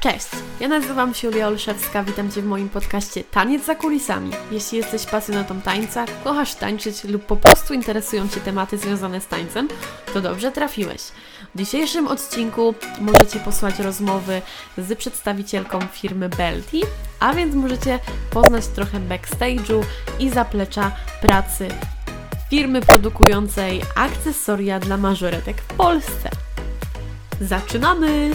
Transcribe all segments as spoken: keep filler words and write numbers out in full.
Cześć, ja nazywam się Julia Olszewska, witam Cię w moim podcaście Taniec za kulisami. Jeśli jesteś pasjonatą tańca, kochasz tańczyć lub po prostu interesują Cię tematy związane z tańcem, to dobrze trafiłeś. W dzisiejszym odcinku możecie posłuchać rozmowy z przedstawicielką firmy Belty, a więc możecie poznać trochę backstage'u i zaplecza pracy firmy produkującej akcesoria dla mażoretek w Polsce. Zaczynamy!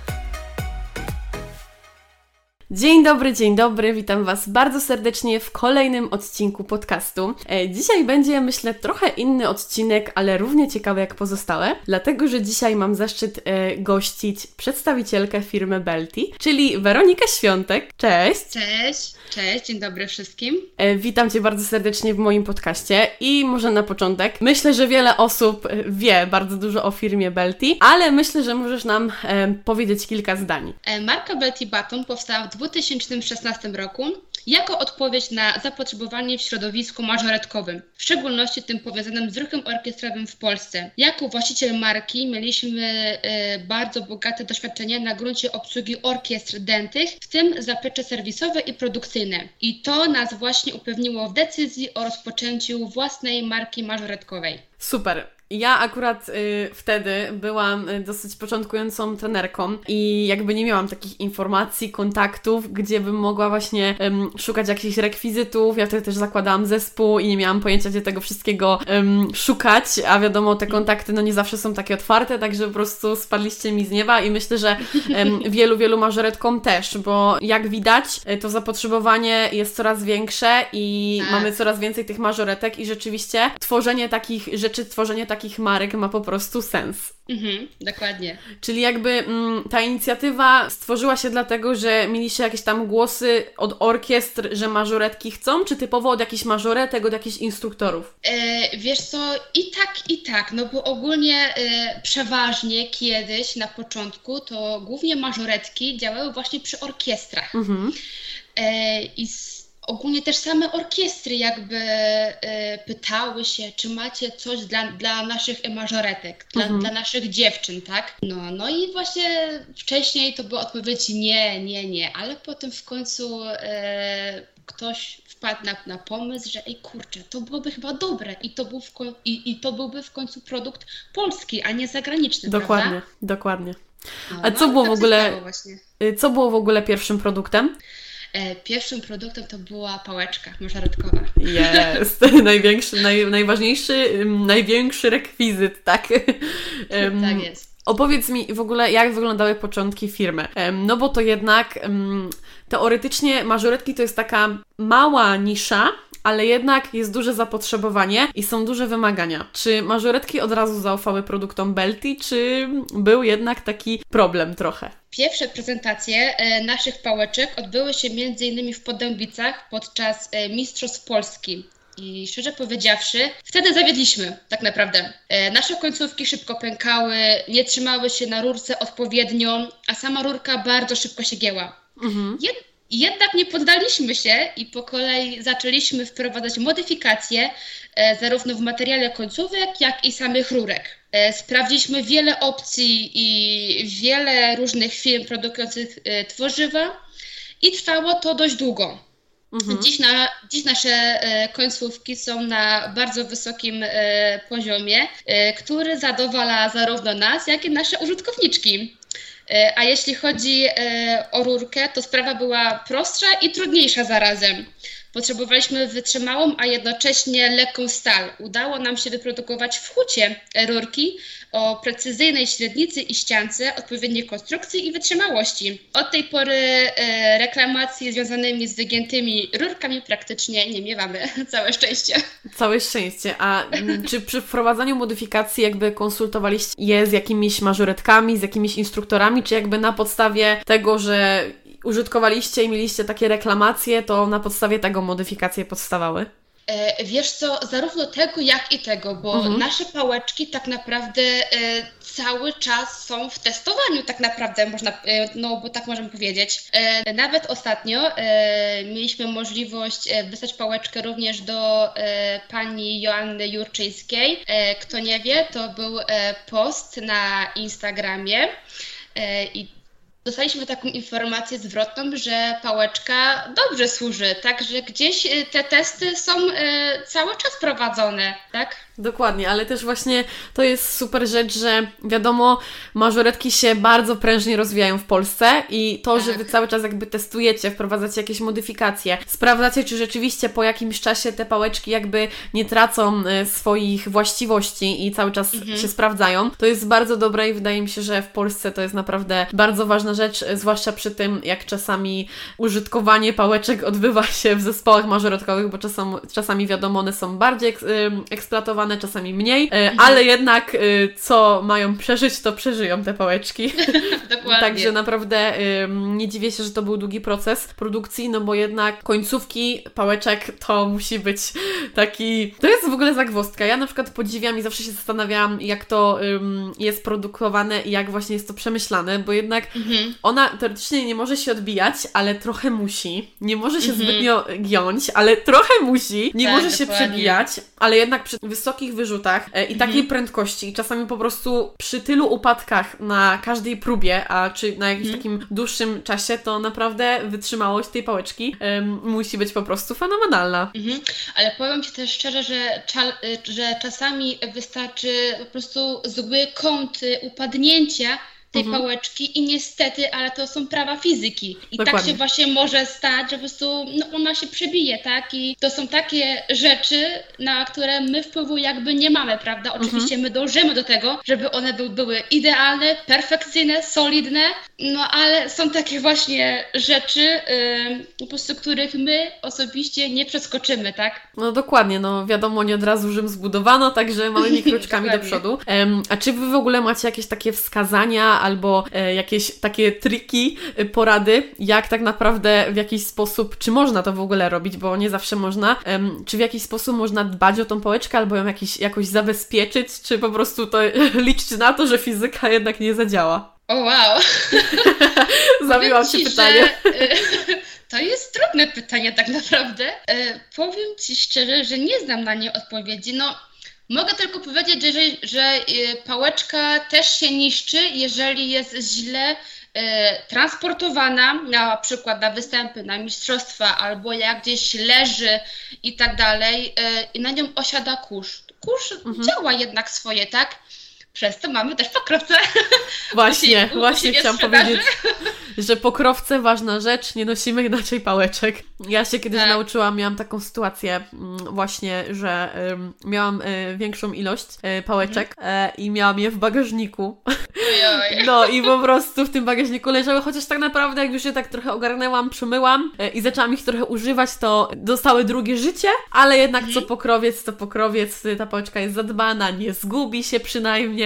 Dzień dobry, dzień dobry, witam Was bardzo serdecznie w kolejnym odcinku podcastu. E, dzisiaj będzie, myślę, trochę inny odcinek, ale równie ciekawy jak pozostałe, dlatego, że dzisiaj mam zaszczyt e, gościć przedstawicielkę firmy Belty, czyli Weronikę Świątek. Cześć! Cześć, cześć, dzień dobry wszystkim. E, witam Cię bardzo serdecznie w moim podcaście i może na początek, myślę, że wiele osób wie bardzo dużo o firmie Belty, ale myślę, że możesz nam e, powiedzieć kilka zdań. E, marka Belty Baton powstała w dwa tysiące szesnastym roku jako odpowiedź na zapotrzebowanie w środowisku mażoretkowym, w szczególności tym powiązanym z ruchem orkiestrowym w Polsce. Jako właściciel marki mieliśmy e, bardzo bogate doświadczenie na gruncie obsługi orkiestr dętych, w tym zaplecze serwisowe i produkcyjne. I to nas właśnie upewniło w decyzji o rozpoczęciu własnej marki mażoretkowej. Super. Ja akurat y, wtedy byłam y, dosyć początkującą trenerką i jakby nie miałam takich informacji, kontaktów, gdzie bym mogła właśnie ym, szukać jakichś rekwizytów. Ja wtedy też zakładałam zespół i nie miałam pojęcia, gdzie tego wszystkiego ym, szukać, a wiadomo, te kontakty no nie zawsze są takie otwarte, także po prostu spadliście mi z nieba i myślę, że ym, wielu, wielu mażoretkom też, bo jak widać, y, to zapotrzebowanie jest coraz większe i tak. Mamy coraz więcej tych mażoretek i rzeczywiście tworzenie takich rzeczy, tworzenie takich takich marek ma po prostu sens. Mhm, dokładnie. Czyli jakby mm, ta inicjatywa stworzyła się dlatego, że mieliście jakieś tam głosy od orkiestr, że mażoretki chcą, czy typowo od jakichś mażoretek, od jakichś instruktorów? E, wiesz co, i tak, i tak, no bo ogólnie e, przeważnie kiedyś na początku to głównie mażoretki działały właśnie przy orkiestrach. Mhm. E, I s- Ogólnie też same orkiestry jakby e, pytały się, czy macie coś dla, dla naszych mażoretek, dla, Mhm. dla naszych dziewczyn, tak? No, no i właśnie wcześniej to była odpowiedź nie, nie, nie, ale potem w końcu e, ktoś wpadł na, na pomysł, że ej kurczę, to byłoby chyba dobre i to, był w koń- i, i to byłby w końcu produkt polski, a nie zagraniczny, Dokładnie, prawda? dokładnie. No, A no, co było tak w się ogóle, stało właśnie. y, co było w ogóle pierwszym produktem? E, pierwszym produktem to była pałeczka mażoretkowa. Jest, największy, naj, najważniejszy, ym, największy rekwizyt, tak? Ym, Tak jest. Opowiedz mi w ogóle, jak wyglądały początki firmy. Ym, No bo to jednak ym, teoretycznie mażoretki to jest taka mała nisza, ale jednak jest duże zapotrzebowanie i są duże wymagania. Czy mażoretki od razu zaufały produktom Belty, czy był jednak taki problem trochę? Pierwsze prezentacje e, naszych pałeczek odbyły się między innymi w Podębicach podczas e, Mistrzostw Polski. I szczerze powiedziawszy, wtedy zawiedliśmy tak naprawdę. E, nasze końcówki szybko pękały, nie trzymały się na rurce odpowiednio, a sama rurka bardzo szybko się gięła. Mhm. Jed- Jednak nie poddaliśmy się i po kolei zaczęliśmy wprowadzać modyfikacje e, zarówno w materiale końcówek, jak i samych rurek. E, sprawdziliśmy wiele opcji i wiele różnych firm produkujących e, tworzywa i trwało to dość długo. Mhm. Dziś, na, dziś nasze e, końcówki są na bardzo wysokim e, poziomie, e, który zadowala zarówno nas, jak i nasze użytkowniczki. E, A jeśli chodzi e, o rurkę, to sprawa była prostsza i trudniejsza zarazem. Potrzebowaliśmy wytrzymałą, a jednocześnie lekką stal. Udało nam się wyprodukować w hucie rurki o precyzyjnej średnicy i ściance, odpowiedniej konstrukcji i wytrzymałości. Od tej pory e, reklamacji związanymi z wygiętymi rurkami praktycznie nie miewamy. Całe szczęście. Całe szczęście. A mm, czy przy wprowadzaniu modyfikacji jakby konsultowaliście je z jakimiś mażoretkami, z jakimiś instruktorami, czy jakby na podstawie tego, że użytkowaliście i mieliście takie reklamacje, to na podstawie tego modyfikacje powstawały? E, Wiesz co, zarówno tego, jak i tego, bo Mhm. nasze pałeczki tak naprawdę e, cały czas są w testowaniu, tak naprawdę można, e, no bo tak możemy powiedzieć. E, nawet ostatnio e, mieliśmy możliwość e, wysłać pałeczkę również do e, pani Joanny Jurczyńskiej. E, kto nie wie, to był e, post na Instagramie e, i dostaliśmy taką informację zwrotną, że pałeczka dobrze służy, także gdzieś te testy są cały czas prowadzone, tak? Dokładnie, ale też właśnie to jest super rzecz, że wiadomo, mażoretki się bardzo prężnie rozwijają w Polsce i to, tak. że Wy cały czas jakby testujecie, wprowadzacie jakieś modyfikacje, sprawdzacie, czy rzeczywiście po jakimś czasie te pałeczki jakby nie tracą swoich właściwości i cały czas mhm. się sprawdzają, to jest bardzo dobre i wydaje mi się, że w Polsce to jest naprawdę bardzo ważna rzecz, zwłaszcza przy tym, jak czasami użytkowanie pałeczek odbywa się w zespołach mażoretkowych, bo czasami, czasami wiadomo, one są bardziej eks, eksploatowane, czasami mniej, mhm. ale jednak co mają przeżyć, to przeżyją te pałeczki. Dokładnie. Także naprawdę nie dziwię się, że to był długi proces produkcji, no bo jednak końcówki pałeczek to musi być taki... To jest w ogóle zagwozdka. Ja na przykład podziwiam i zawsze się zastanawiałam, jak to jest produkowane i jak właśnie jest to przemyślane, bo jednak mhm. ona teoretycznie nie może się odbijać, ale trochę musi. Nie może się mhm. zbytnio giąć, ale trochę musi. Nie tak, może się dokładnie. Przebijać, ale jednak przy wysokich wyrzutach e, i takiej mhm. prędkości i czasami po prostu przy tylu upadkach na każdej próbie, a czy na jakimś mhm. takim dłuższym czasie, to naprawdę wytrzymałość tej pałeczki e, musi być po prostu fenomenalna. Mhm. Ale powiem Ci też szczerze, że, cza- że czasami wystarczy po prostu zły kąt upadnięcia tej mhm. pałeczki i niestety, ale to są prawa fizyki. I Dokładnie. Tak się właśnie może stać, że po prostu no, ona się przebije, tak? I to są takie rzeczy, na które my wpływu jakby nie mamy, prawda? Oczywiście mhm. my dążymy do tego, żeby one by, były idealne, perfekcyjne, solidne, no ale są takie właśnie rzeczy, yy, po prostu których my osobiście nie przeskoczymy, tak? No dokładnie, no wiadomo, nie od razu Rzym zbudowano, także małymi kroczkami do przodu. Um, a czy Wy w ogóle macie jakieś takie wskazania albo e, jakieś takie triki, e, porady, jak tak naprawdę w jakiś sposób, czy można to w ogóle robić, bo nie zawsze można, e, czy w jakiś sposób można dbać o tą pałeczkę, albo ją jakiś, jakoś zabezpieczyć, czy po prostu to liczyć na to, że fizyka jednak nie zadziała? O wow! Zabiłam Ci pytanie. Że, to jest trudne pytanie tak naprawdę. E, powiem Ci szczerze, że nie znam na nie odpowiedzi. No, mogę tylko powiedzieć, że, że pałeczka też się niszczy, jeżeli jest źle e, transportowana, na przykład na występy, na mistrzostwa, albo jak gdzieś leży i tak dalej, e, i na nią osiada kurz. Kurz mhm. działa jednak swoje, tak? Przez to mamy też pokrowce. Właśnie, u, właśnie chciałam powiedzieć, że pokrowce ważna rzecz, nie nosimy inaczej pałeczek. Ja się kiedyś tak. nauczyłam, miałam taką sytuację właśnie, że um, miałam y, większą ilość y, pałeczek y, i miałam je w bagażniku. Ojoj. No i po prostu w tym bagażniku leżały, chociaż tak naprawdę jak już je tak trochę ogarnęłam, przemyłam y, i zaczęłam ich trochę używać, to dostały drugie życie, ale jednak mhm. co pokrowiec, to pokrowiec, ta pałeczka jest zadbana, nie zgubi się przynajmniej.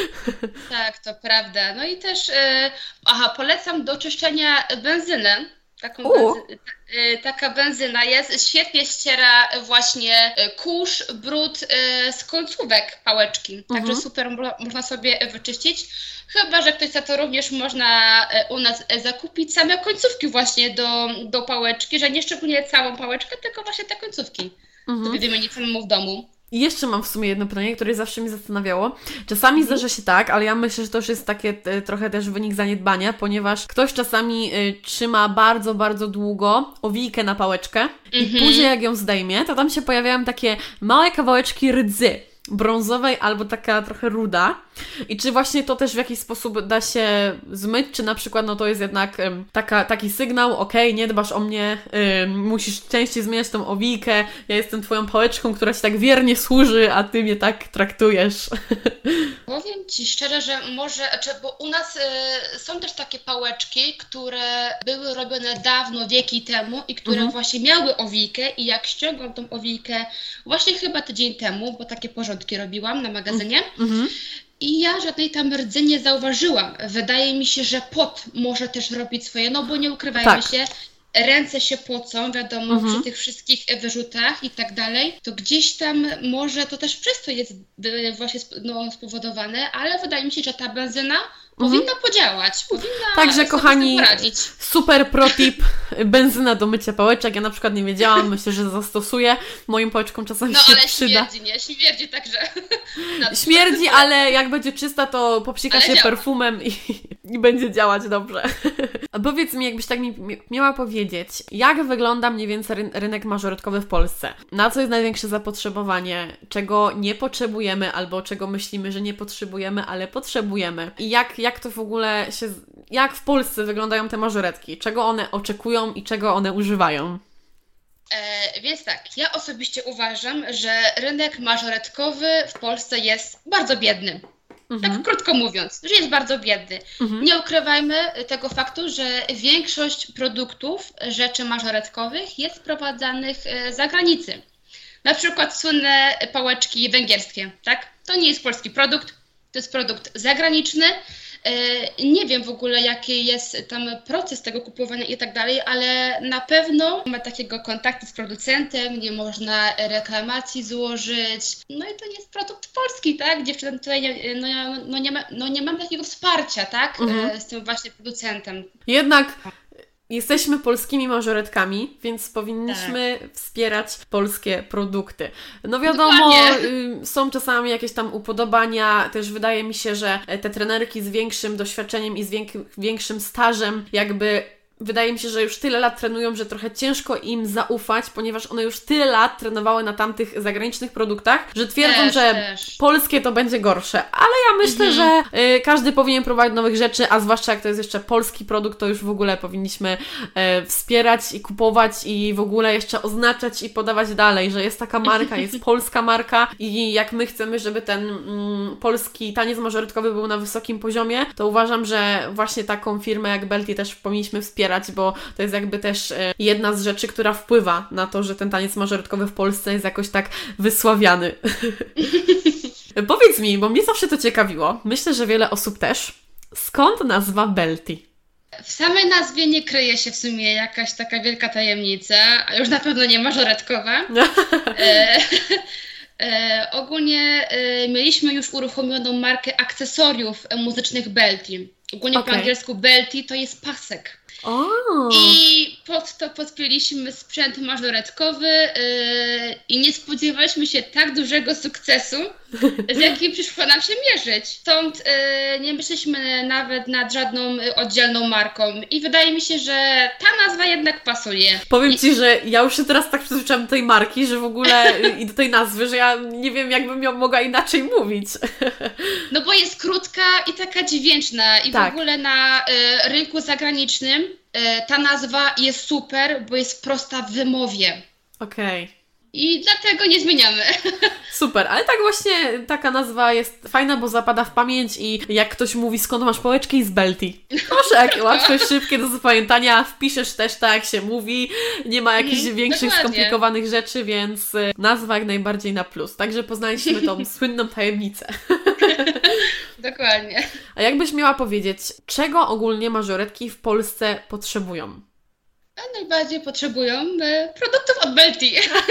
Tak, to prawda. No i też, yy, aha, polecam do czyszczenia benzynę. Taką benzy, y, taka benzyna jest, świetnie ściera właśnie kurz, brud y, z końcówek pałeczki. Także mhm. super mo- można sobie wyczyścić. Chyba że ktoś za to również można y, u nas zakupić same końcówki właśnie do, do pałeczki, że nie szczególnie całą pałeczkę, tylko właśnie te końcówki. Mhm. To wymienić samemu w domu. I jeszcze mam w sumie jedno pytanie, które zawsze mnie zastanawiało. Czasami mm. zdarza się tak, ale ja myślę, że to już jest takie e, trochę też wynik zaniedbania, ponieważ ktoś czasami e, trzyma bardzo, bardzo długo owijkę na pałeczkę mm-hmm. i później jak ją zdejmie, to tam się pojawiają takie małe kawałeczki rdzy brązowej albo taka trochę ruda. I czy właśnie to też w jakiś sposób da się zmyć, czy na przykład no to jest jednak um, taka, taki sygnał, okej, okay, nie dbasz o mnie, um, musisz częściej zmieniać tą owijkę, ja jestem twoją pałeczką, która ci tak wiernie służy, a ty mnie tak traktujesz. Powiem Ci szczerze, że może, czy, bo u nas y, są też takie pałeczki, które były robione dawno, wieki temu i które mhm. właśnie miały owijkę i jak ściągam tą owijkę właśnie chyba tydzień temu, bo takie porządki robiłam na magazynie, mhm. i ja żadnej tam rdzy nie zauważyłam. Wydaje mi się, że pot może też robić swoje, no bo nie ukrywajmy tak. się, ręce się pocą, wiadomo, mhm. przy tych wszystkich wyrzutach i tak dalej, to gdzieś tam może to też przez to jest właśnie no, spowodowane, ale wydaje mi się, że ta benzyna powinna Mhm. podziałać, powinna Także sobie kochani, z tym poradzić. super pro tip, benzyna do mycia pałeczek. Ja na przykład nie wiedziałam, myślę, że zastosuję. Moim pałeczkom czasami No się ale przyda. śmierdzi, nie? Śmierdzi także. Na- Śmierdzi, ale jak będzie czysta, to popsika Ale się działa. perfumem i, i będzie działać dobrze. A powiedz mi, jakbyś tak mi mi- miała powiedzieć, jak wygląda mniej więcej ryn- rynek mażoretkowy w Polsce? Na co jest największe zapotrzebowanie? Czego nie potrzebujemy, albo czego myślimy, że nie potrzebujemy, ale potrzebujemy? I jak, jak to w ogóle się... z- Jak w Polsce wyglądają te mażoretki? Czego one oczekują i czego one używają? E, więc tak, ja osobiście uważam, że rynek mażoretkowy w Polsce jest bardzo biedny. Mhm. Tak krótko mówiąc, że jest bardzo biedny. Mhm. Nie ukrywajmy tego faktu, że większość produktów, rzeczy mażoretkowych jest sprowadzanych e, z zagranicy. Na przykład słynne pałeczki węgierskie, tak? To nie jest polski produkt, to jest produkt zagraniczny. E, Nie wiem w ogóle, jaki jest tam proces tego kupowania i tak dalej, ale na pewno ma takiego kontaktu z producentem, nie można reklamacji złożyć. No i to nie jest produkt polski, tak? Dziewczyny tutaj nie, no, ja- no, nie, ma, no nie mam takiego wsparcia, tak? Mhm. E, Z tym właśnie producentem. Jednak jesteśmy polskimi mażoretkami, więc powinniśmy wspierać polskie produkty. No wiadomo, Dokładnie. y, są czasami jakieś tam upodobania, też wydaje mi się, że te trenerki z większym doświadczeniem i z wiek- większym stażem jakby... Wydaje mi się, że już tyle lat trenują, że trochę ciężko im zaufać, ponieważ one już tyle lat trenowały na tamtych zagranicznych produktach, że twierdzą, Też, że też. polskie to będzie gorsze. Ale ja myślę, Mhm. że y, każdy powinien próbować nowych rzeczy, a zwłaszcza jak to jest jeszcze polski produkt, to już w ogóle powinniśmy y, wspierać i kupować i w ogóle jeszcze oznaczać i podawać dalej, że jest taka marka, jest polska marka i jak my chcemy, żeby ten mm, polski taniec mażoretkowy był na wysokim poziomie, to uważam, że właśnie taką firmę jak Belty też powinniśmy wspierać, bo to jest jakby też e, jedna z rzeczy, która wpływa na to, że ten taniec mażoretkowy w Polsce jest jakoś tak wysławiany. Powiedz mi, bo mnie zawsze to ciekawiło, myślę, że wiele osób też, skąd nazwa Belty? W samej nazwie nie kryje się w sumie jakaś taka wielka tajemnica, a już na pewno nie mażoretkowa. E, e, ogólnie e, mieliśmy już uruchomioną markę akcesoriów e, muzycznych Belty. Ogólnie Okej. po angielsku Belty to jest pasek. O, I pod to podpięliśmy sprzęt mażoretkowy yy, i nie spodziewaliśmy się tak dużego sukcesu, z jakim przyszło nam się mierzyć. Stąd yy, nie myśleliśmy nawet nad żadną y, oddzielną marką i wydaje mi się, że ta nazwa jednak pasuje. powiem Ci, że ja już się teraz tak przyzwyczaiłam do tej marki, że w ogóle y, i do tej nazwy, że ja nie wiem, jakbym ją mogła inaczej mówić. No bo jest krótka i taka dźwięczna i Tak. w ogóle na y, rynku zagranicznym y, ta nazwa jest super, bo jest prosta w wymowie. Okej. I dlatego nie zmieniamy. Super, ale tak właśnie taka nazwa jest fajna, bo zapada w pamięć i jak ktoś mówi, skąd masz pałeczki, z Belty. Proszę, jak łatwe, szybkie do zapamiętania, wpiszesz też tak, jak się mówi, nie ma jakichś Mhm, większych, dokładnie. skomplikowanych rzeczy, więc y, nazwa jak najbardziej na plus. Także poznaliśmy tą słynną tajemnicę. Dokładnie. A jakbyś miała powiedzieć, czego ogólnie mażoretki w Polsce potrzebują? A najbardziej potrzebują e, produktów od Belty.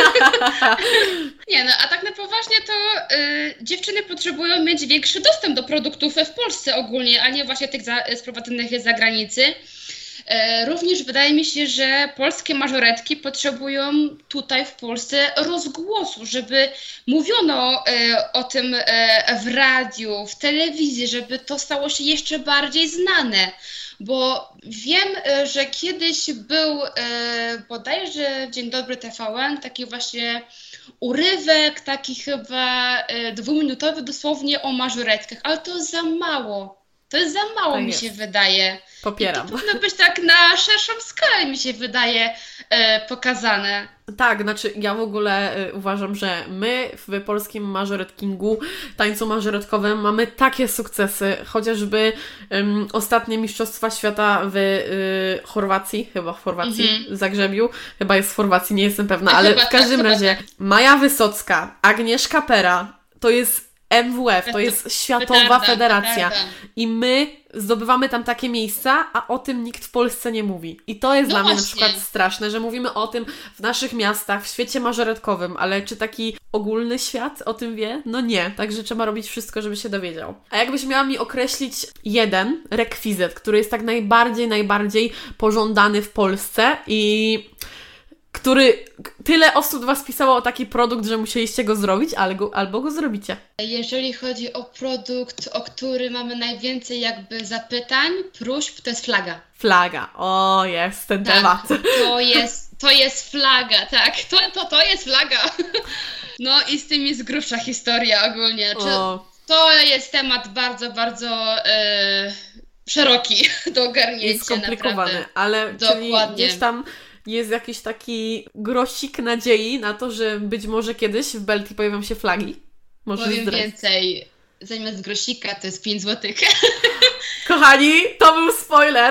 Nie no, a tak na poważnie to y, dziewczyny potrzebują mieć większy dostęp do produktów w Polsce ogólnie, a nie właśnie tych za, sprowadzonych z zagranicy. E, również wydaje mi się, że polskie mażoretki potrzebują tutaj w Polsce rozgłosu, żeby mówiono e, o tym e, w radiu, w telewizji, żeby to stało się jeszcze bardziej znane. Bo wiem, e, że kiedyś był e, bodajże w Dzień Dobry T V N taki właśnie urywek, taki chyba e, dwuminutowy dosłownie o mażoretkach, ale to za mało. To jest za mało, Tak mi jest. się wydaje. Popieram. I to powinno być tak na szerszą skalę, mi się wydaje, e, pokazane. Tak, znaczy ja w ogóle y, uważam, że my w polskim mażoretkingu, tańcu mażoretkowym mamy takie sukcesy, chociażby ym, ostatnie Mistrzostwa Świata w y, Chorwacji, chyba w Chorwacji, Mhm. w Zagrzebiu, chyba jest w Chorwacji, nie jestem pewna, ale Chyba w każdym tak, chyba razie Maja Wysocka, Agnieszka Pera, to jest M W F, to jest Światowa Petarda, Federacja. petarda. I my zdobywamy tam takie miejsca, a o tym nikt w Polsce nie mówi. I to jest No dla mnie na właśnie. przykład straszne, że mówimy o tym w naszych miastach, w świecie mażoretkowym, ale czy taki ogólny świat o tym wie? No nie, także trzeba robić wszystko, żeby się dowiedział. A jakbyś miała mi określić jeden rekwizyt, który jest tak najbardziej, najbardziej pożądany w Polsce i który tyle osób do Was pisało o taki produkt, że musieliście go zrobić, albo, albo go zrobicie. Jeżeli chodzi o produkt, o który mamy najwięcej jakby zapytań, próśb, to jest flaga. Flaga. O, jest ten Tak, temat. to jest, to jest flaga, tak, to, to, to jest flaga. No i z tym jest grubsza historia ogólnie. Czy O, to jest temat bardzo, bardzo e, szeroki do ogarnięcia. jest skomplikowany, naprawdę. ale czyli Dokładnie. gdzieś tam jest jakiś taki grosik nadziei na to, że być może kiedyś w Beltii pojawią się flagi. Może Powiem zdradź. więcej, zamiast grosika to jest pięć złotych. Kochani, to był spoiler.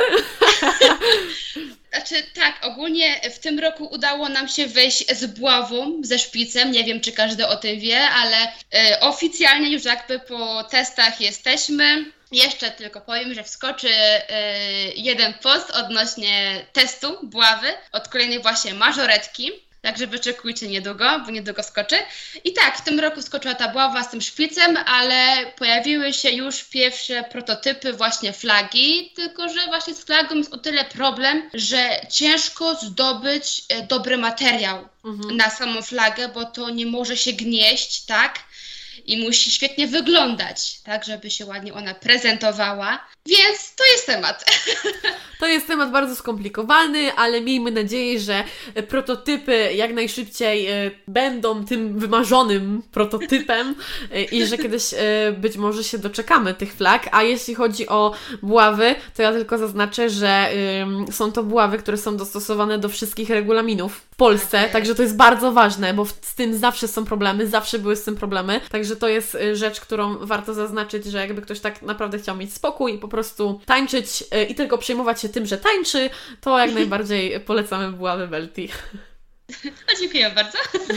Znaczy tak, ogólnie w tym roku udało nam się wejść z Buławą, ze szpicem, nie wiem czy każdy o tym wie, ale e, oficjalnie już jakby po testach jesteśmy. Jeszcze tylko powiem, że wskoczy e, jeden post odnośnie testu Buławy od kolejnej właśnie mażoretki. Także wyczekujcie niedługo, bo niedługo skoczy. I tak, w tym roku skoczyła ta Buława z tym szpicem, ale pojawiły się już pierwsze prototypy właśnie flagi, tylko że właśnie z flagą jest o tyle problem, że ciężko zdobyć e, dobry materiał Mhm. na samą flagę, bo to nie może się gnieść, tak? I musi świetnie wyglądać, tak, żeby się ładnie ona prezentowała. Więc to jest temat. To jest temat bardzo skomplikowany, ale miejmy nadzieję, że prototypy jak najszybciej e, będą tym wymarzonym prototypem e, i że kiedyś e, być może się doczekamy tych flag. A jeśli chodzi o buławy, to ja tylko zaznaczę, że ym, są to buławy, które są dostosowane do wszystkich regulaminów w Polsce, Tak. także to jest bardzo ważne, bo w, z tym zawsze są problemy, zawsze były z tym problemy, także to jest y, rzecz, którą warto zaznaczyć, że jakby ktoś tak naprawdę chciał mieć spokój i po prostu tańczyć y, i tylko przejmować się tym, że tańczy, to jak najbardziej polecamy buławy Beltii. No, dziękuję bardzo.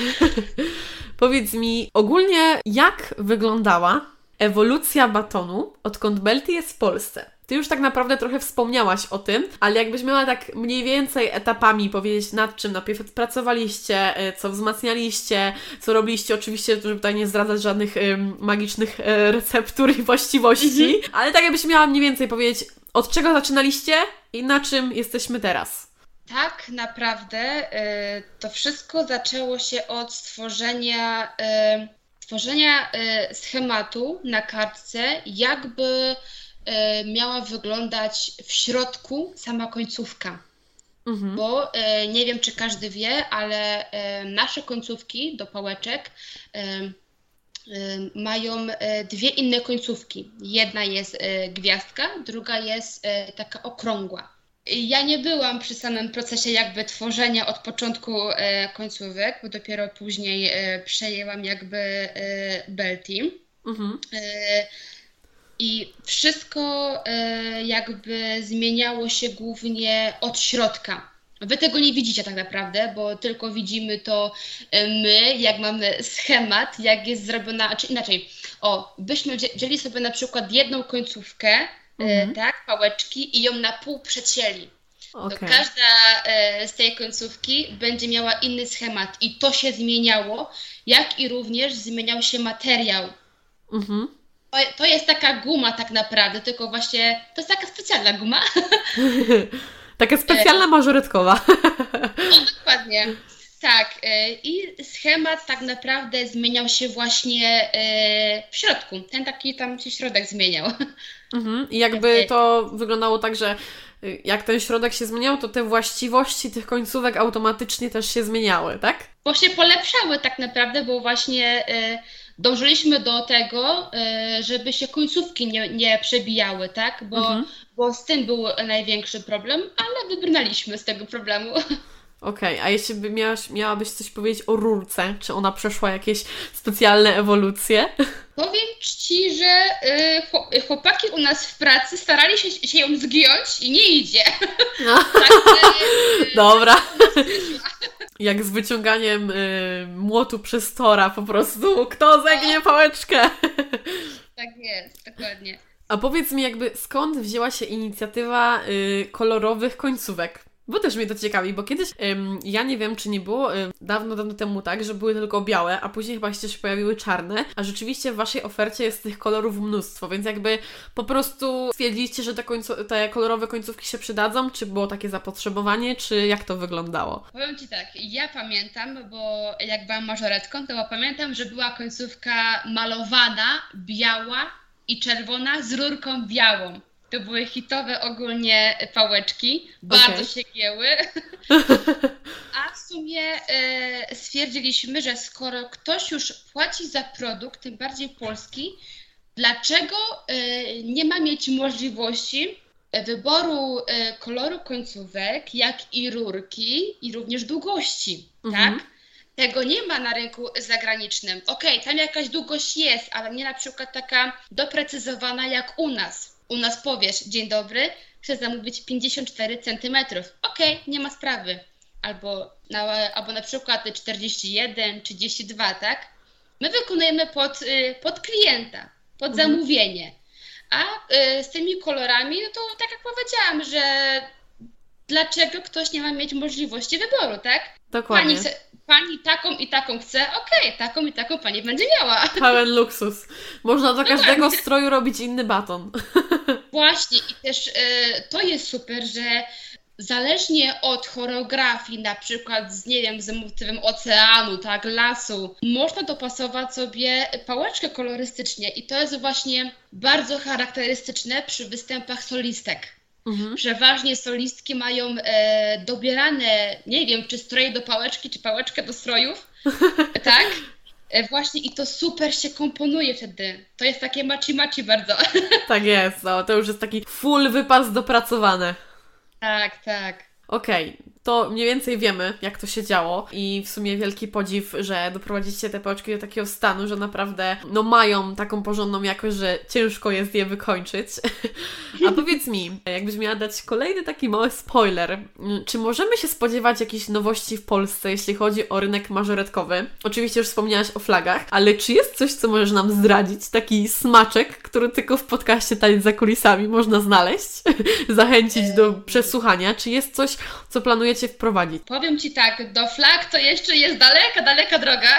Powiedz mi ogólnie, jak wyglądała ewolucja batonu, odkąd Beltii jest w Polsce? Ty już tak naprawdę trochę wspomniałaś o tym, ale jakbyś miała tak mniej więcej etapami powiedzieć, nad czym najpierw pracowaliście, y, co wzmacnialiście, co robiliście, oczywiście, żeby tutaj nie zdradzać żadnych ym, magicznych y, receptur i właściwości, ale tak jakbyś miała mniej więcej powiedzieć, od czego zaczynaliście i na czym jesteśmy teraz. Tak naprawdę y, to wszystko zaczęło się od stworzenia, y, stworzenia y, schematu na kartce, jakby y, miała wyglądać w środku sama końcówka. Mhm. Bo y, nie wiem, czy każdy wie, ale y, nasze końcówki do pałeczek y, y, mają y, dwie inne końcówki. Jedna jest y, gwiazdka, druga jest y, taka okrągła. Ja nie byłam przy samym procesie jakby tworzenia od początku e, końcówek, bo dopiero później e, przejęłam jakby e, Beltii. Mhm. E, I wszystko e, jakby zmieniało się głównie od środka. Wy tego nie widzicie tak naprawdę, bo tylko widzimy to e, my, jak mamy schemat, jak jest zrobiona, czy inaczej, o, byśmy wzię- wzięli sobie na przykład jedną końcówkę, Mhm. e, tak, pałeczki i ją na pół przecięli. To Okej. każda e, z tej końcówki będzie miała inny schemat i to się zmieniało, jak i również zmieniał się materiał. Mhm. To, to jest taka guma tak naprawdę, tylko właśnie to jest taka specjalna guma. Taka specjalna mażoretkowa. No, dokładnie. Tak, e, i schemat tak naprawdę zmieniał się właśnie e, w środku. Ten taki tam się środek zmieniał. Mhm. I jakby to wyglądało tak, że y, jak ten środek się zmieniał, to te właściwości tych końcówek automatycznie też się zmieniały, tak? Bo się polepszały tak naprawdę, bo właśnie e, dążyliśmy do tego, e, żeby się końcówki nie, nie przebijały, tak? Bo, Mhm. bo z tym był największy problem, ale wybrnęliśmy z tego problemu. Okej, okay. A jeśli by miałaś, miałabyś coś powiedzieć o rurce, czy ona przeszła jakieś specjalne ewolucje? Powiem Ci, że y, chłopaki u nas w pracy starali się, się ją zgiąć i nie idzie. No. Także, y, Dobra. Jak z wyciąganiem y, młotu przez tora po prostu. Kto zegnie pałeczkę? Tak jest, dokładnie. A powiedz mi jakby skąd wzięła się inicjatywa y, kolorowych końcówek? Bo też mnie to ciekawi, bo kiedyś, ym, ja nie wiem, czy nie było ym, dawno, dawno temu tak, że były tylko białe, a później chyba się pojawiły czarne, a rzeczywiście w Waszej ofercie jest tych kolorów mnóstwo, więc jakby po prostu stwierdziliście, że te, końcu- te kolorowe końcówki się przydadzą, czy było takie zapotrzebowanie, czy jak to wyglądało? Powiem Ci tak, ja pamiętam, bo jak byłam mażoretką, to pamiętam, że była końcówka malowana, biała i czerwona z rurką białą. To były hitowe ogólnie pałeczki, bardzo okay. się gięły. A w sumie e, stwierdziliśmy, że skoro ktoś już płaci za produkt, tym bardziej polski, dlaczego e, nie ma mieć możliwości wyboru e, koloru końcówek, jak i rurki i również długości, mhm. tak? Tego nie ma na rynku zagranicznym. Okej, okay, tam jakaś długość jest, ale nie na przykład taka doprecyzowana jak u nas. U nas powiesz, dzień dobry, chcę zamówić pięćdziesiąt cztery centymetry. Okej, okay, nie ma sprawy. Albo na, albo na przykład czterdzieści jeden, trzydzieści dwa, tak? My wykonujemy pod, pod klienta, pod mhm. zamówienie. A y, z tymi kolorami, no to tak jak powiedziałam, że dlaczego ktoś nie ma mieć możliwości wyboru, tak? Dokładnie. Pani, pani taką i taką chce, okej, okay, taką i taką pani będzie miała. Pełen luksus. Można do każdego stroju robić inny baton. Właśnie i też y, to jest super, że zależnie od choreografii, na przykład z, nie wiem, z motywem oceanu, tak, lasu, można dopasować sobie pałeczkę kolorystycznie i to jest właśnie bardzo charakterystyczne przy występach solistek. Mhm. Przeważnie solistki mają e, dobierane, nie wiem, czy stroje do pałeczki, czy pałeczkę do strojów, tak? E, właśnie i to super się komponuje wtedy. To jest takie maci-maci bardzo. Tak jest, no, to już jest taki full wypas dopracowany. Tak, tak. Okej, okay, to mniej więcej wiemy, jak to się działo i w sumie wielki podziw, że doprowadziliście te pałeczki do takiego stanu, że naprawdę no mają taką porządną jakość, że ciężko jest je wykończyć. A powiedz mi, jakbyś miała dać kolejny taki mały spoiler, czy możemy się spodziewać jakichś nowości w Polsce, jeśli chodzi o rynek mażoretkowy? Oczywiście już wspomniałaś o flagach, ale czy jest coś, co możesz nam zdradzić? Taki smaczek, który tylko w podcaście Taniec za kulisami można znaleźć? Zachęcić do przesłuchania. Czy jest coś, co planujecie wprowadzić? Powiem Ci tak, do flag to jeszcze jest daleka, daleka droga,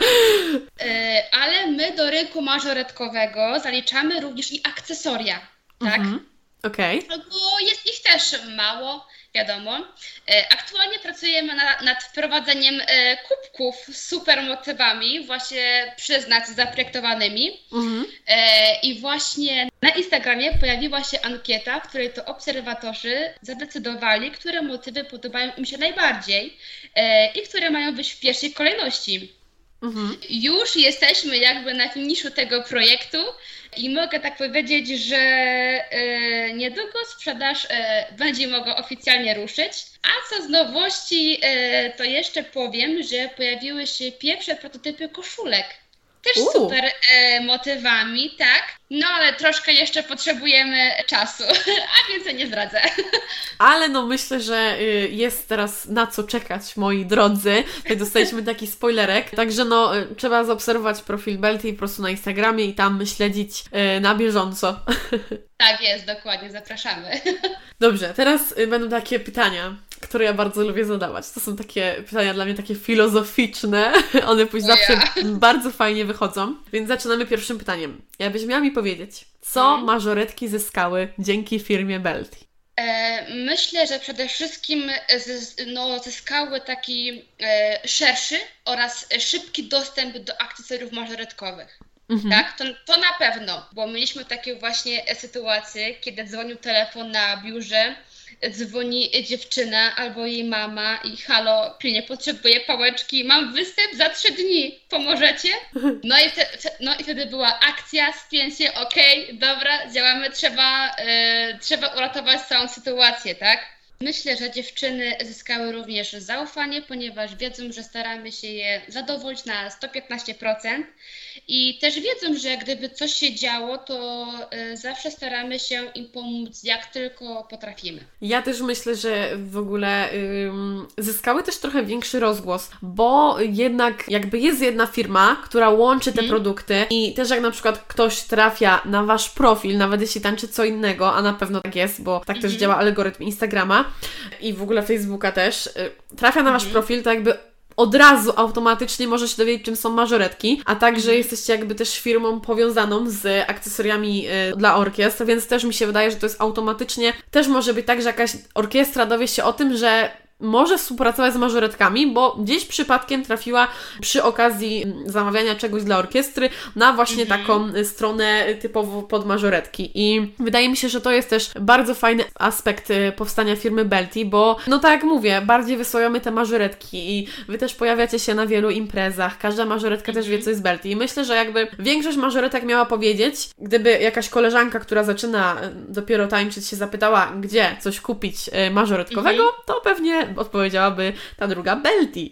ale my do rynku mażoretkowego zaliczamy również i akcesoria, tak? Mhm. Okej. Okay. Bo jest ich też mało, wiadomo. Aktualnie pracujemy na, nad wprowadzeniem kubków z super motywami, właśnie przez nas zaprojektowanymi. Mhm. I właśnie na Instagramie pojawiła się ankieta, w której to obserwatorzy zadecydowali, które motywy podobają im się najbardziej i które mają być w pierwszej kolejności. Mhm. Już jesteśmy jakby na finiszu tego projektu i mogę tak powiedzieć, że e, niedługo sprzedaż e, będzie mogła oficjalnie ruszyć. A co z nowości, e, to jeszcze powiem, że pojawiły się pierwsze prototypy koszulek. Też U. super e, motywami, tak? No ale troszkę jeszcze potrzebujemy czasu, a więcej nie zdradzę. Ale no myślę, że jest teraz na co czekać, moi drodzy. Tutaj dostaliśmy taki spoilerek, także no trzeba zaobserwować profil Belty po prostu na Instagramie i tam śledzić na bieżąco. Tak jest, dokładnie, zapraszamy. Dobrze, teraz będą takie pytania, które ja bardzo lubię zadawać. To są takie pytania dla mnie takie filozoficzne. One później zawsze ja. bardzo fajnie wychodzą. Więc zaczynamy pierwszym pytaniem. Jakbyś miała mi powiedzieć, co hmm. mażoretki zyskały dzięki firmie Belty? E, myślę, że przede wszystkim z, no, zyskały taki e, szerszy oraz szybki dostęp do akcesoriów mażoretkowych. Mhm. Tak, to, to na pewno, bo mieliśmy takie właśnie sytuacje, kiedy dzwonił telefon na biurze, dzwoni dziewczyna albo jej mama i halo, pilnie potrzebuję pałeczki, mam występ za trzy dni, pomożecie? No i, te, no i wtedy była akcja, spięcie, okej, okay, dobra, działamy, trzeba, yy, trzeba uratować całą sytuację, tak? Myślę, że dziewczyny zyskały również zaufanie, ponieważ wiedzą, że staramy się je zadowolić na sto piętnaście procent i też wiedzą, że gdyby coś się działo, to y, zawsze staramy się im pomóc, jak tylko potrafimy. Ja też myślę, że w ogóle ym, zyskały też trochę większy rozgłos, bo jednak jakby jest jedna firma, która łączy te Mhm. produkty i też jak na przykład ktoś trafia na Wasz profil, nawet jeśli tańczy co innego, a na pewno tak jest, bo tak też Mhm. działa algorytm Instagrama i w ogóle Facebooka też, y, trafia na Wasz Mhm. profil, to jakby od razu automatycznie może się dowiedzieć, czym są mażoretki, a także Mhm. jesteście jakby też firmą powiązaną z akcesoriami y, dla orkiestr, więc też mi się wydaje, że to jest automatycznie, też może być tak, że jakaś orkiestra dowie się o tym, że może współpracować z mażoretkami, bo gdzieś przypadkiem trafiła przy okazji mm, zamawiania czegoś dla orkiestry na właśnie Mhm. taką y, stronę typowo pod mażoretki. I wydaje mi się, że to jest też bardzo fajny aspekt y, powstania firmy Belty, bo no tak jak mówię, bardziej wysłajamy te mażoretki i Wy też pojawiacie się na wielu imprezach, każda mażoretka też wie, co jest Belty. I myślę, że jakby większość mażoretek miała powiedzieć, gdyby jakaś koleżanka, która zaczyna y, dopiero tańczyć, się zapytała, gdzie coś kupić y, mażoretkowego, to pewnie odpowiedziałaby ta druga Belty.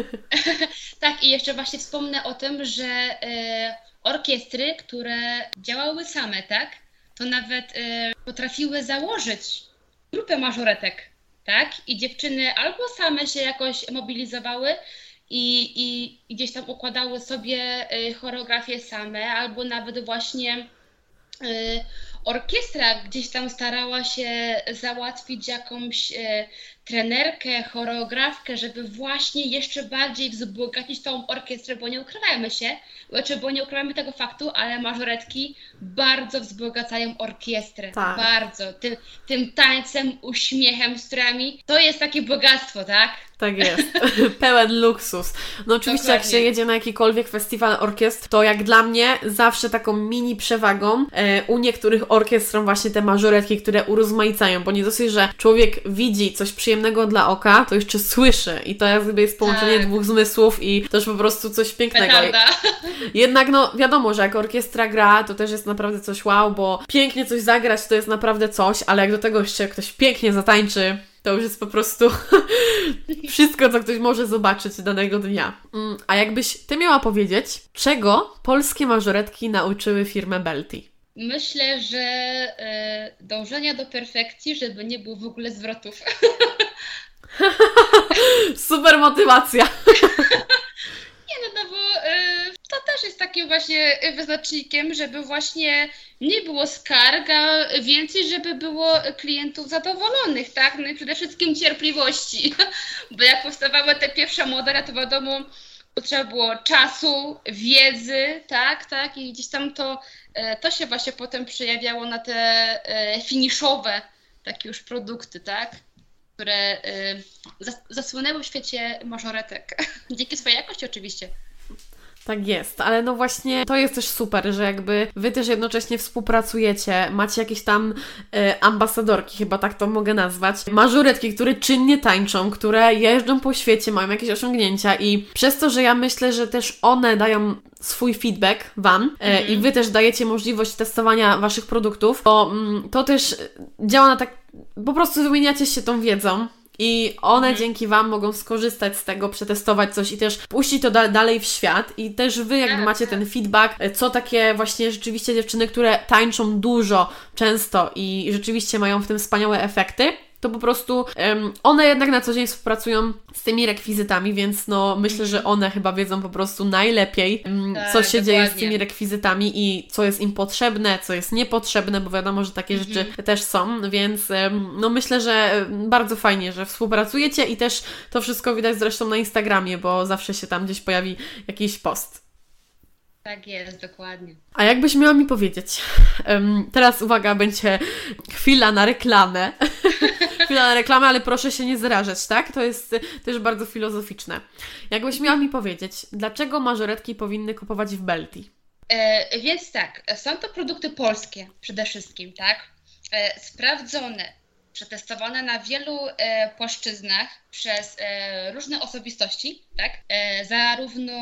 Tak, i jeszcze właśnie wspomnę o tym, że e, orkiestry, które działały same, tak, to nawet e, potrafiły założyć grupę mażoretek, tak, i dziewczyny albo same się jakoś mobilizowały i, i, i gdzieś tam układały sobie e, choreografię same, albo nawet właśnie e, orkiestra gdzieś tam starała się załatwić jakąś e, trenerkę, choreografkę, żeby właśnie jeszcze bardziej wzbogacić tą orkiestrę, bo nie ukrywajmy się, znaczy, bo nie ukrywajmy tego faktu, ale mażoretki bardzo wzbogacają orkiestrę, Tak. bardzo, tym, tym tańcem, uśmiechem, strojami, to jest takie bogactwo, tak? Tak jest. Pełen luksus. No oczywiście jak Dokładnie. się jedzie na jakikolwiek festiwal orkiestr, to jak dla mnie zawsze taką mini przewagą e, u niektórych orkiestr są właśnie te mażoretki, które urozmaicają, bo nie dosyć, że człowiek widzi coś przyjemnego dla oka, to jeszcze słyszy i to jakby jest połączenie Tak. dwóch zmysłów i też po prostu coś pięknego. Petarda. Jednak no wiadomo, że jak orkiestra gra, to też jest naprawdę coś wow, bo pięknie coś zagrać to jest naprawdę coś, ale jak do tego jeszcze ktoś pięknie zatańczy, to już jest po prostu wszystko, co ktoś może zobaczyć danego dnia. Mm, A jakbyś Ty miała powiedzieć, czego polskie mażoretki nauczyły firmę Belty? Myślę, że e, dążenia do perfekcji, żeby nie było w ogóle zwrotów. Super motywacja! Nie no, no bo y, to też jest takim właśnie wyznacznikiem, żeby właśnie nie było skarg, a więcej, żeby było klientów zadowolonych, tak? No i przede wszystkim cierpliwości, bo jak powstawały te pierwsze modele, to wiadomo, potrzeba było czasu, wiedzy, tak, tak? I gdzieś tam to, y, to się właśnie potem przejawiało na te y, finiszowe takie już produkty, tak? Które y, zas- zasłynęły w świecie mażoretek. Dzięki swojej jakości oczywiście. Tak jest, ale no właśnie to jest też super, że jakby Wy też jednocześnie współpracujecie, macie jakieś tam e, ambasadorki, chyba tak to mogę nazwać, mażoretki, które czynnie tańczą, które jeżdżą po świecie, mają jakieś osiągnięcia i przez to, że ja myślę, że też one dają swój feedback Wam e, Mhm. i Wy też dajecie możliwość testowania Waszych produktów, to, mm, to też działa na tak, po prostu wymieniacie się tą wiedzą. I one Mhm. dzięki Wam mogą skorzystać z tego, przetestować coś i też puścić to da- dalej w świat. I też Wy jakby Tak, macie tak. ten feedback, co takie właśnie rzeczywiście dziewczyny, które tańczą dużo, często i rzeczywiście mają w tym wspaniałe efekty, to po prostu em, one jednak na co dzień współpracują z tymi rekwizytami, więc no myślę, że one chyba wiedzą po prostu najlepiej, em, Tak, co się dzieje z dokładnie. tymi rekwizytami i co jest im potrzebne, co jest niepotrzebne, bo wiadomo, że takie Mhm. rzeczy też są, więc em, no myślę, że em, bardzo fajnie, że współpracujecie i też to wszystko widać zresztą na Instagramie, bo zawsze się tam gdzieś pojawi jakiś post. Tak jest, dokładnie. A jakbyś miała mi powiedzieć, em, teraz uwaga, będzie chwila na reklamę. Chwila na reklamę, ale proszę się nie zrażać, tak? To jest też bardzo filozoficzne. Jakbyś miała mi powiedzieć, dlaczego mażoretki powinny kupować w Belty? E, więc tak, są to produkty polskie przede wszystkim, tak? E, sprawdzone, przetestowane na wielu e, płaszczyznach, przez e, różne osobistości, tak? E, zarówno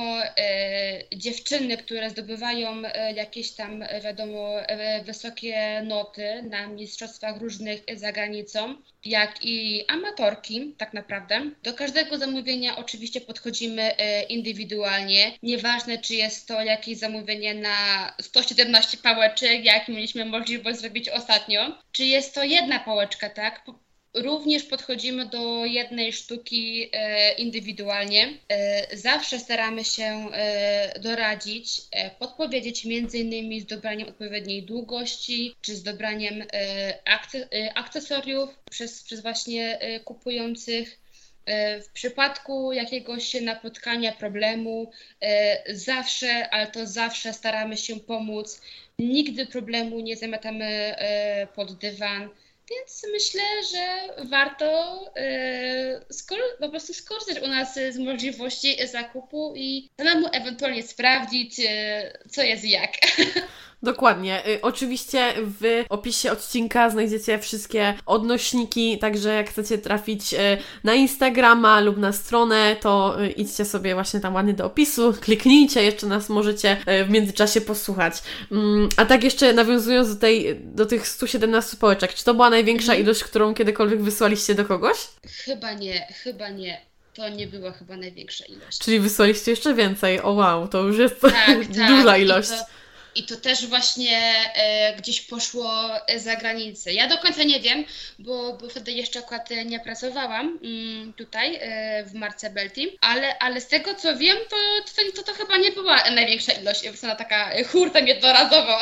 e, dziewczyny, które zdobywają e, jakieś tam, e, wiadomo, e, wysokie noty na mistrzostwach różnych za granicą, jak i amatorki, tak naprawdę. Do każdego zamówienia oczywiście podchodzimy e, indywidualnie. Nieważne, czy jest to jakieś zamówienie na sto siedemnaście pałeczek, jak mieliśmy możliwość zrobić ostatnio, czy jest to jedna pałeczka, tak? Również podchodzimy do jednej sztuki e, indywidualnie. E, zawsze staramy się e, doradzić, e, podpowiedzieć między innymi z dobraniem odpowiedniej długości, czy z dobraniem e, akce, e, akcesoriów przez, przez właśnie e, kupujących. E, w przypadku jakiegoś napotkania, problemu, e, zawsze, ale to zawsze staramy się pomóc. Nigdy problemu nie zamiatamy e, pod dywan. Więc myślę, że warto yy, skor- po prostu skorzystać u nas z możliwości zakupu i samemu ewentualnie sprawdzić, yy, co jest jak. Dokładnie. Y, oczywiście w opisie odcinka znajdziecie wszystkie odnośniki, także jak chcecie trafić y, na Instagrama lub na stronę, to y, idźcie sobie właśnie tam ładnie do opisu, kliknijcie, jeszcze nas możecie y, w międzyczasie posłuchać. Ym, a tak jeszcze nawiązując do, tej, do tych stu siedemnastu pałeczek, czy to była największa Mhm. ilość, którą kiedykolwiek wysłaliście do kogoś? Chyba nie, chyba nie. To nie była chyba największa ilość. Czyli wysłaliście jeszcze więcej. O wow, to już jest Tak, duża tak. ilość. I to, I to też właśnie e, gdzieś poszło za granicę. Ja do końca nie wiem, bo, bo wtedy jeszcze akurat nie pracowałam mm, tutaj e, w marce Belty, ale, ale z tego co wiem, to to, to, to chyba nie była największa ilość, ona taka hurtem jednorazowo.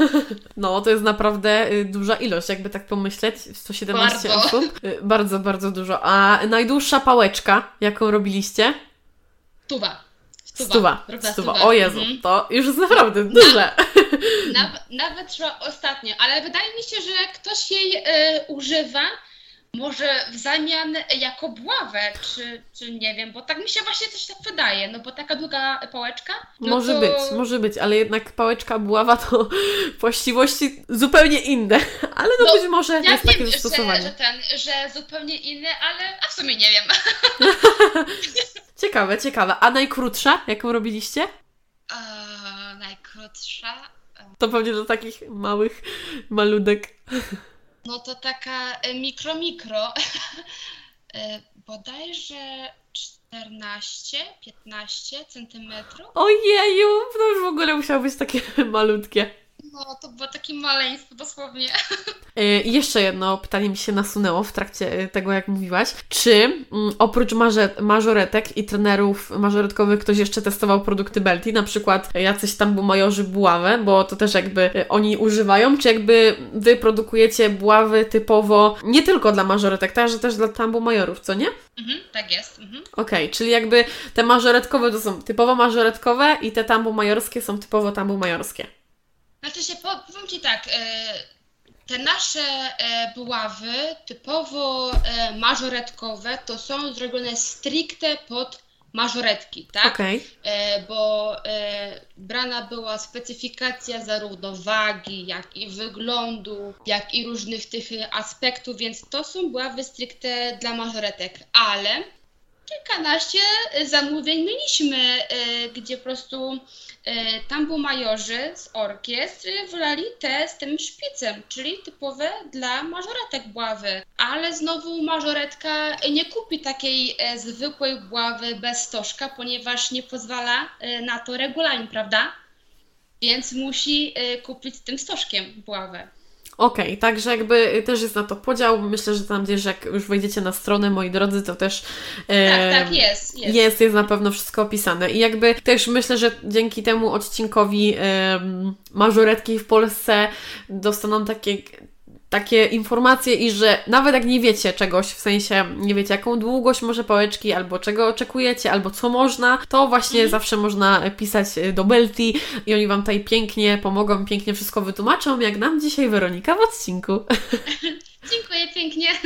No, to jest naprawdę y, duża ilość, jakby tak pomyśleć, sto siedemnaście Bardzo. osób. Y, bardzo, bardzo dużo. A najdłuższa pałeczka, jaką robiliście? Stuwa. Stuwa. Stuwa. Równa Stuwa. stuwa. O Jezu, Mhm. to już jest naprawdę duże. Naw- nawet szła ostatnio, ale wydaje mi się, że ktoś jej e, używa może w zamian jako buławę, czy, czy nie wiem, bo tak mi się właśnie coś tak wydaje, no bo taka długa pałeczka. No Może to... być, może być, ale jednak pałeczka buława to właściwości zupełnie inne, ale no, No, być może Ja jest takie wiem, że, zastosowanie. że ten, że zupełnie inny, ale a w sumie nie wiem. Ciekawe, ciekawe. A najkrótsza, jaką robiliście? Eee, najkrótsza. To pewnie do takich małych maludek. No to taka e, mikro, mikro. e, bodajże czternaście piętnaście centymetrów. Ojeju, to już w ogóle musiało być takie malutkie. No to było takie maleństwo dosłownie. Yy, jeszcze jedno pytanie mi się nasunęło w trakcie tego, jak mówiłaś. Czy mm, oprócz marze- mażoretek i trenerów mażoretkowych ktoś jeszcze testował produkty Belty? Na przykład jacyś tam majorzy buławę, bo to też jakby y, oni używają, czy jakby wy produkujecie buławy typowo nie tylko dla mażoretek, tak, że też dla tambu majorów, co nie? Mhm, tak jest. Mhm. Okej, okay, czyli jakby te mażoretkowe to są typowo mażoretkowe i te tambu majorskie są typowo tambu majorskie. Znaczy się, powiem Ci tak, e, te nasze e, buławy typowo e, mażoretkowe to są zrobione stricte pod mażoretki, tak? Okej. E, bo e, brana była specyfikacja zarówno wagi, jak i wyglądu, jak i różnych tych aspektów, więc to są buławy stricte dla mażoretek, ale kilkanaście zamówień mieliśmy, e, gdzie po prostu e, tambu majorzy z orkiestr woleli te z tym szpicem, czyli typowe dla mażoretek buławy. Ale znowu mażoretka nie kupi takiej e, zwykłej buławy bez stożka, ponieważ nie pozwala e, na to regulamin, prawda? Więc musi e, kupić z tym stożkiem buławę. Okej, okay, także jakby też jest na to podział. Myślę, że tam gdzieś jak już wejdziecie na stronę, moi drodzy, to też e, tak, tak, jest, jest. jest. Jest na pewno wszystko opisane. I jakby też myślę, że dzięki temu odcinkowi e, mażoretki w Polsce dostaną takie... takie informacje i że nawet jak nie wiecie czegoś, w sensie nie wiecie jaką długość może pałeczki, albo czego oczekujecie, albo co można, to właśnie mm. zawsze można pisać do Belty i oni Wam tutaj pięknie pomogą, pięknie wszystko wytłumaczą, jak nam dzisiaj Weronika w odcinku. Dziękuję pięknie.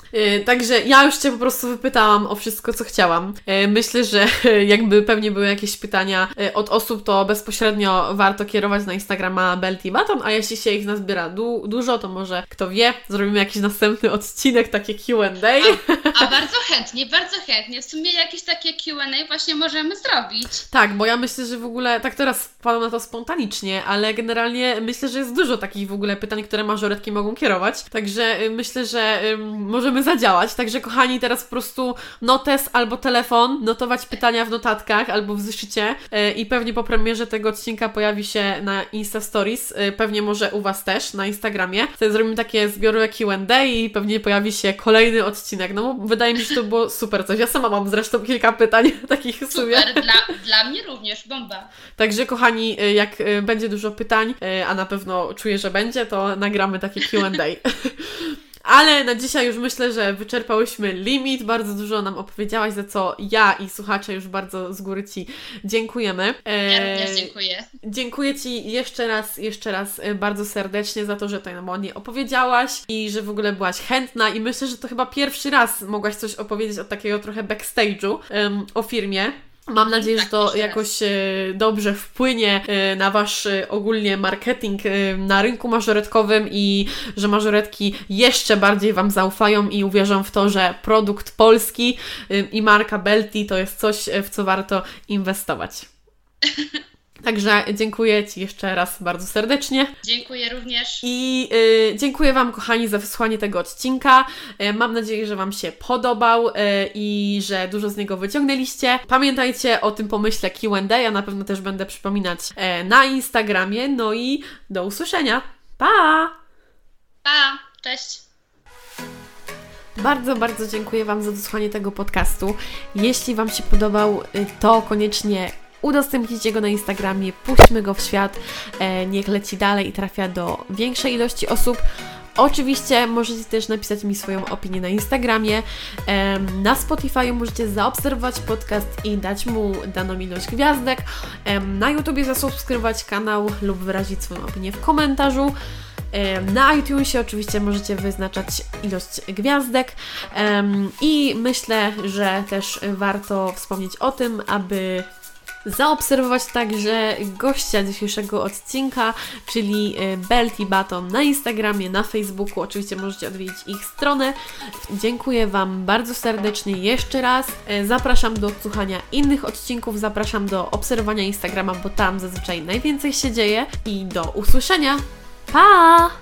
Yy, także ja już Cię po prostu wypytałam o wszystko, co chciałam. Yy, myślę, że jakby pewnie były jakieś pytania yy, od osób, to bezpośrednio warto kierować na Instagrama Belty Button, a jeśli się ich nazbiera du- dużo, to może, kto wie, zrobimy jakiś następny odcinek, takie Q and A. A, a bardzo chętnie, bardzo chętnie. W sumie jakieś takie Q and A właśnie możemy zrobić. Tak, bo ja myślę, że w ogóle, tak teraz wpadam na to spontanicznie, ale generalnie myślę, że jest dużo takich w ogóle pytań, które mażoretki mogą kierować, także y, myślę, że y, możemy zadziałać. Także kochani, teraz po prostu notes albo telefon, notować pytania w notatkach albo w zeszycie y, i pewnie po premierze tego odcinka pojawi się na Insta Stories, y, pewnie może u Was też na Instagramie. Wtedy zrobimy takie zbiorowe Q and A i pewnie pojawi się kolejny odcinek. No bo wydaje mi się, że to było super coś. Ja sama mam zresztą kilka pytań takich w sumie. Super, dla, dla mnie również, bomba. Także kochani, jak będzie dużo pytań, a na pewno czuję, że będzie, to nagramy takie Q and A. Ale na dzisiaj już myślę, że wyczerpałyśmy limit. Bardzo dużo nam opowiedziałaś, za co ja i słuchacze już bardzo z góry Ci dziękujemy. Ja również dziękuję. Dziękuję Ci jeszcze raz, jeszcze raz bardzo serdecznie za to, że tutaj nam ładnie opowiedziałaś i że w ogóle byłaś chętna i myślę, że to chyba pierwszy raz mogłaś coś opowiedzieć od takiego trochę backstage'u um, o firmie. Mam nadzieję, tak, że to jakoś e, dobrze wpłynie e, na Wasz e, ogólnie marketing e, na rynku mażoretkowym i że mażoretki jeszcze bardziej Wam zaufają i uwierzą w to, że produkt polski e, i marka Belty to jest coś, w co warto inwestować. Także dziękuję Ci jeszcze raz bardzo serdecznie. Dziękuję również. I y, dziękuję Wam, kochani, za wysłuchanie tego odcinka. Y, mam nadzieję, że Wam się podobał y, i że dużo z niego wyciągnęliście. Pamiętajcie o tym pomyśle Q and A, ja na pewno też będę przypominać y, na Instagramie. No i do usłyszenia. Pa! Pa! Cześć! Bardzo, bardzo dziękuję Wam za wysłuchanie tego podcastu. Jeśli Wam się podobał, y, to koniecznie udostępnijcie go na Instagramie, puśćmy go w świat, e, niech leci dalej i trafia do większej ilości osób. Oczywiście możecie też napisać mi swoją opinię na Instagramie. E, na Spotify możecie zaobserwować podcast i dać mu daną ilość gwiazdek. E, na YouTubie zasubskrybować kanał lub wyrazić swoją opinię w komentarzu. Na iTunesie oczywiście możecie wyznaczać ilość gwiazdek i myślę, że też warto wspomnieć o tym, aby zaobserwować także gościa dzisiejszego odcinka, czyli Belty Button na Instagramie, na Facebooku. Oczywiście możecie odwiedzić ich stronę. Dziękuję Wam bardzo serdecznie jeszcze raz. Zapraszam do odsłuchania innych odcinków, zapraszam do obserwowania Instagrama, bo tam zazwyczaj najwięcej się dzieje i do usłyszenia. Pa!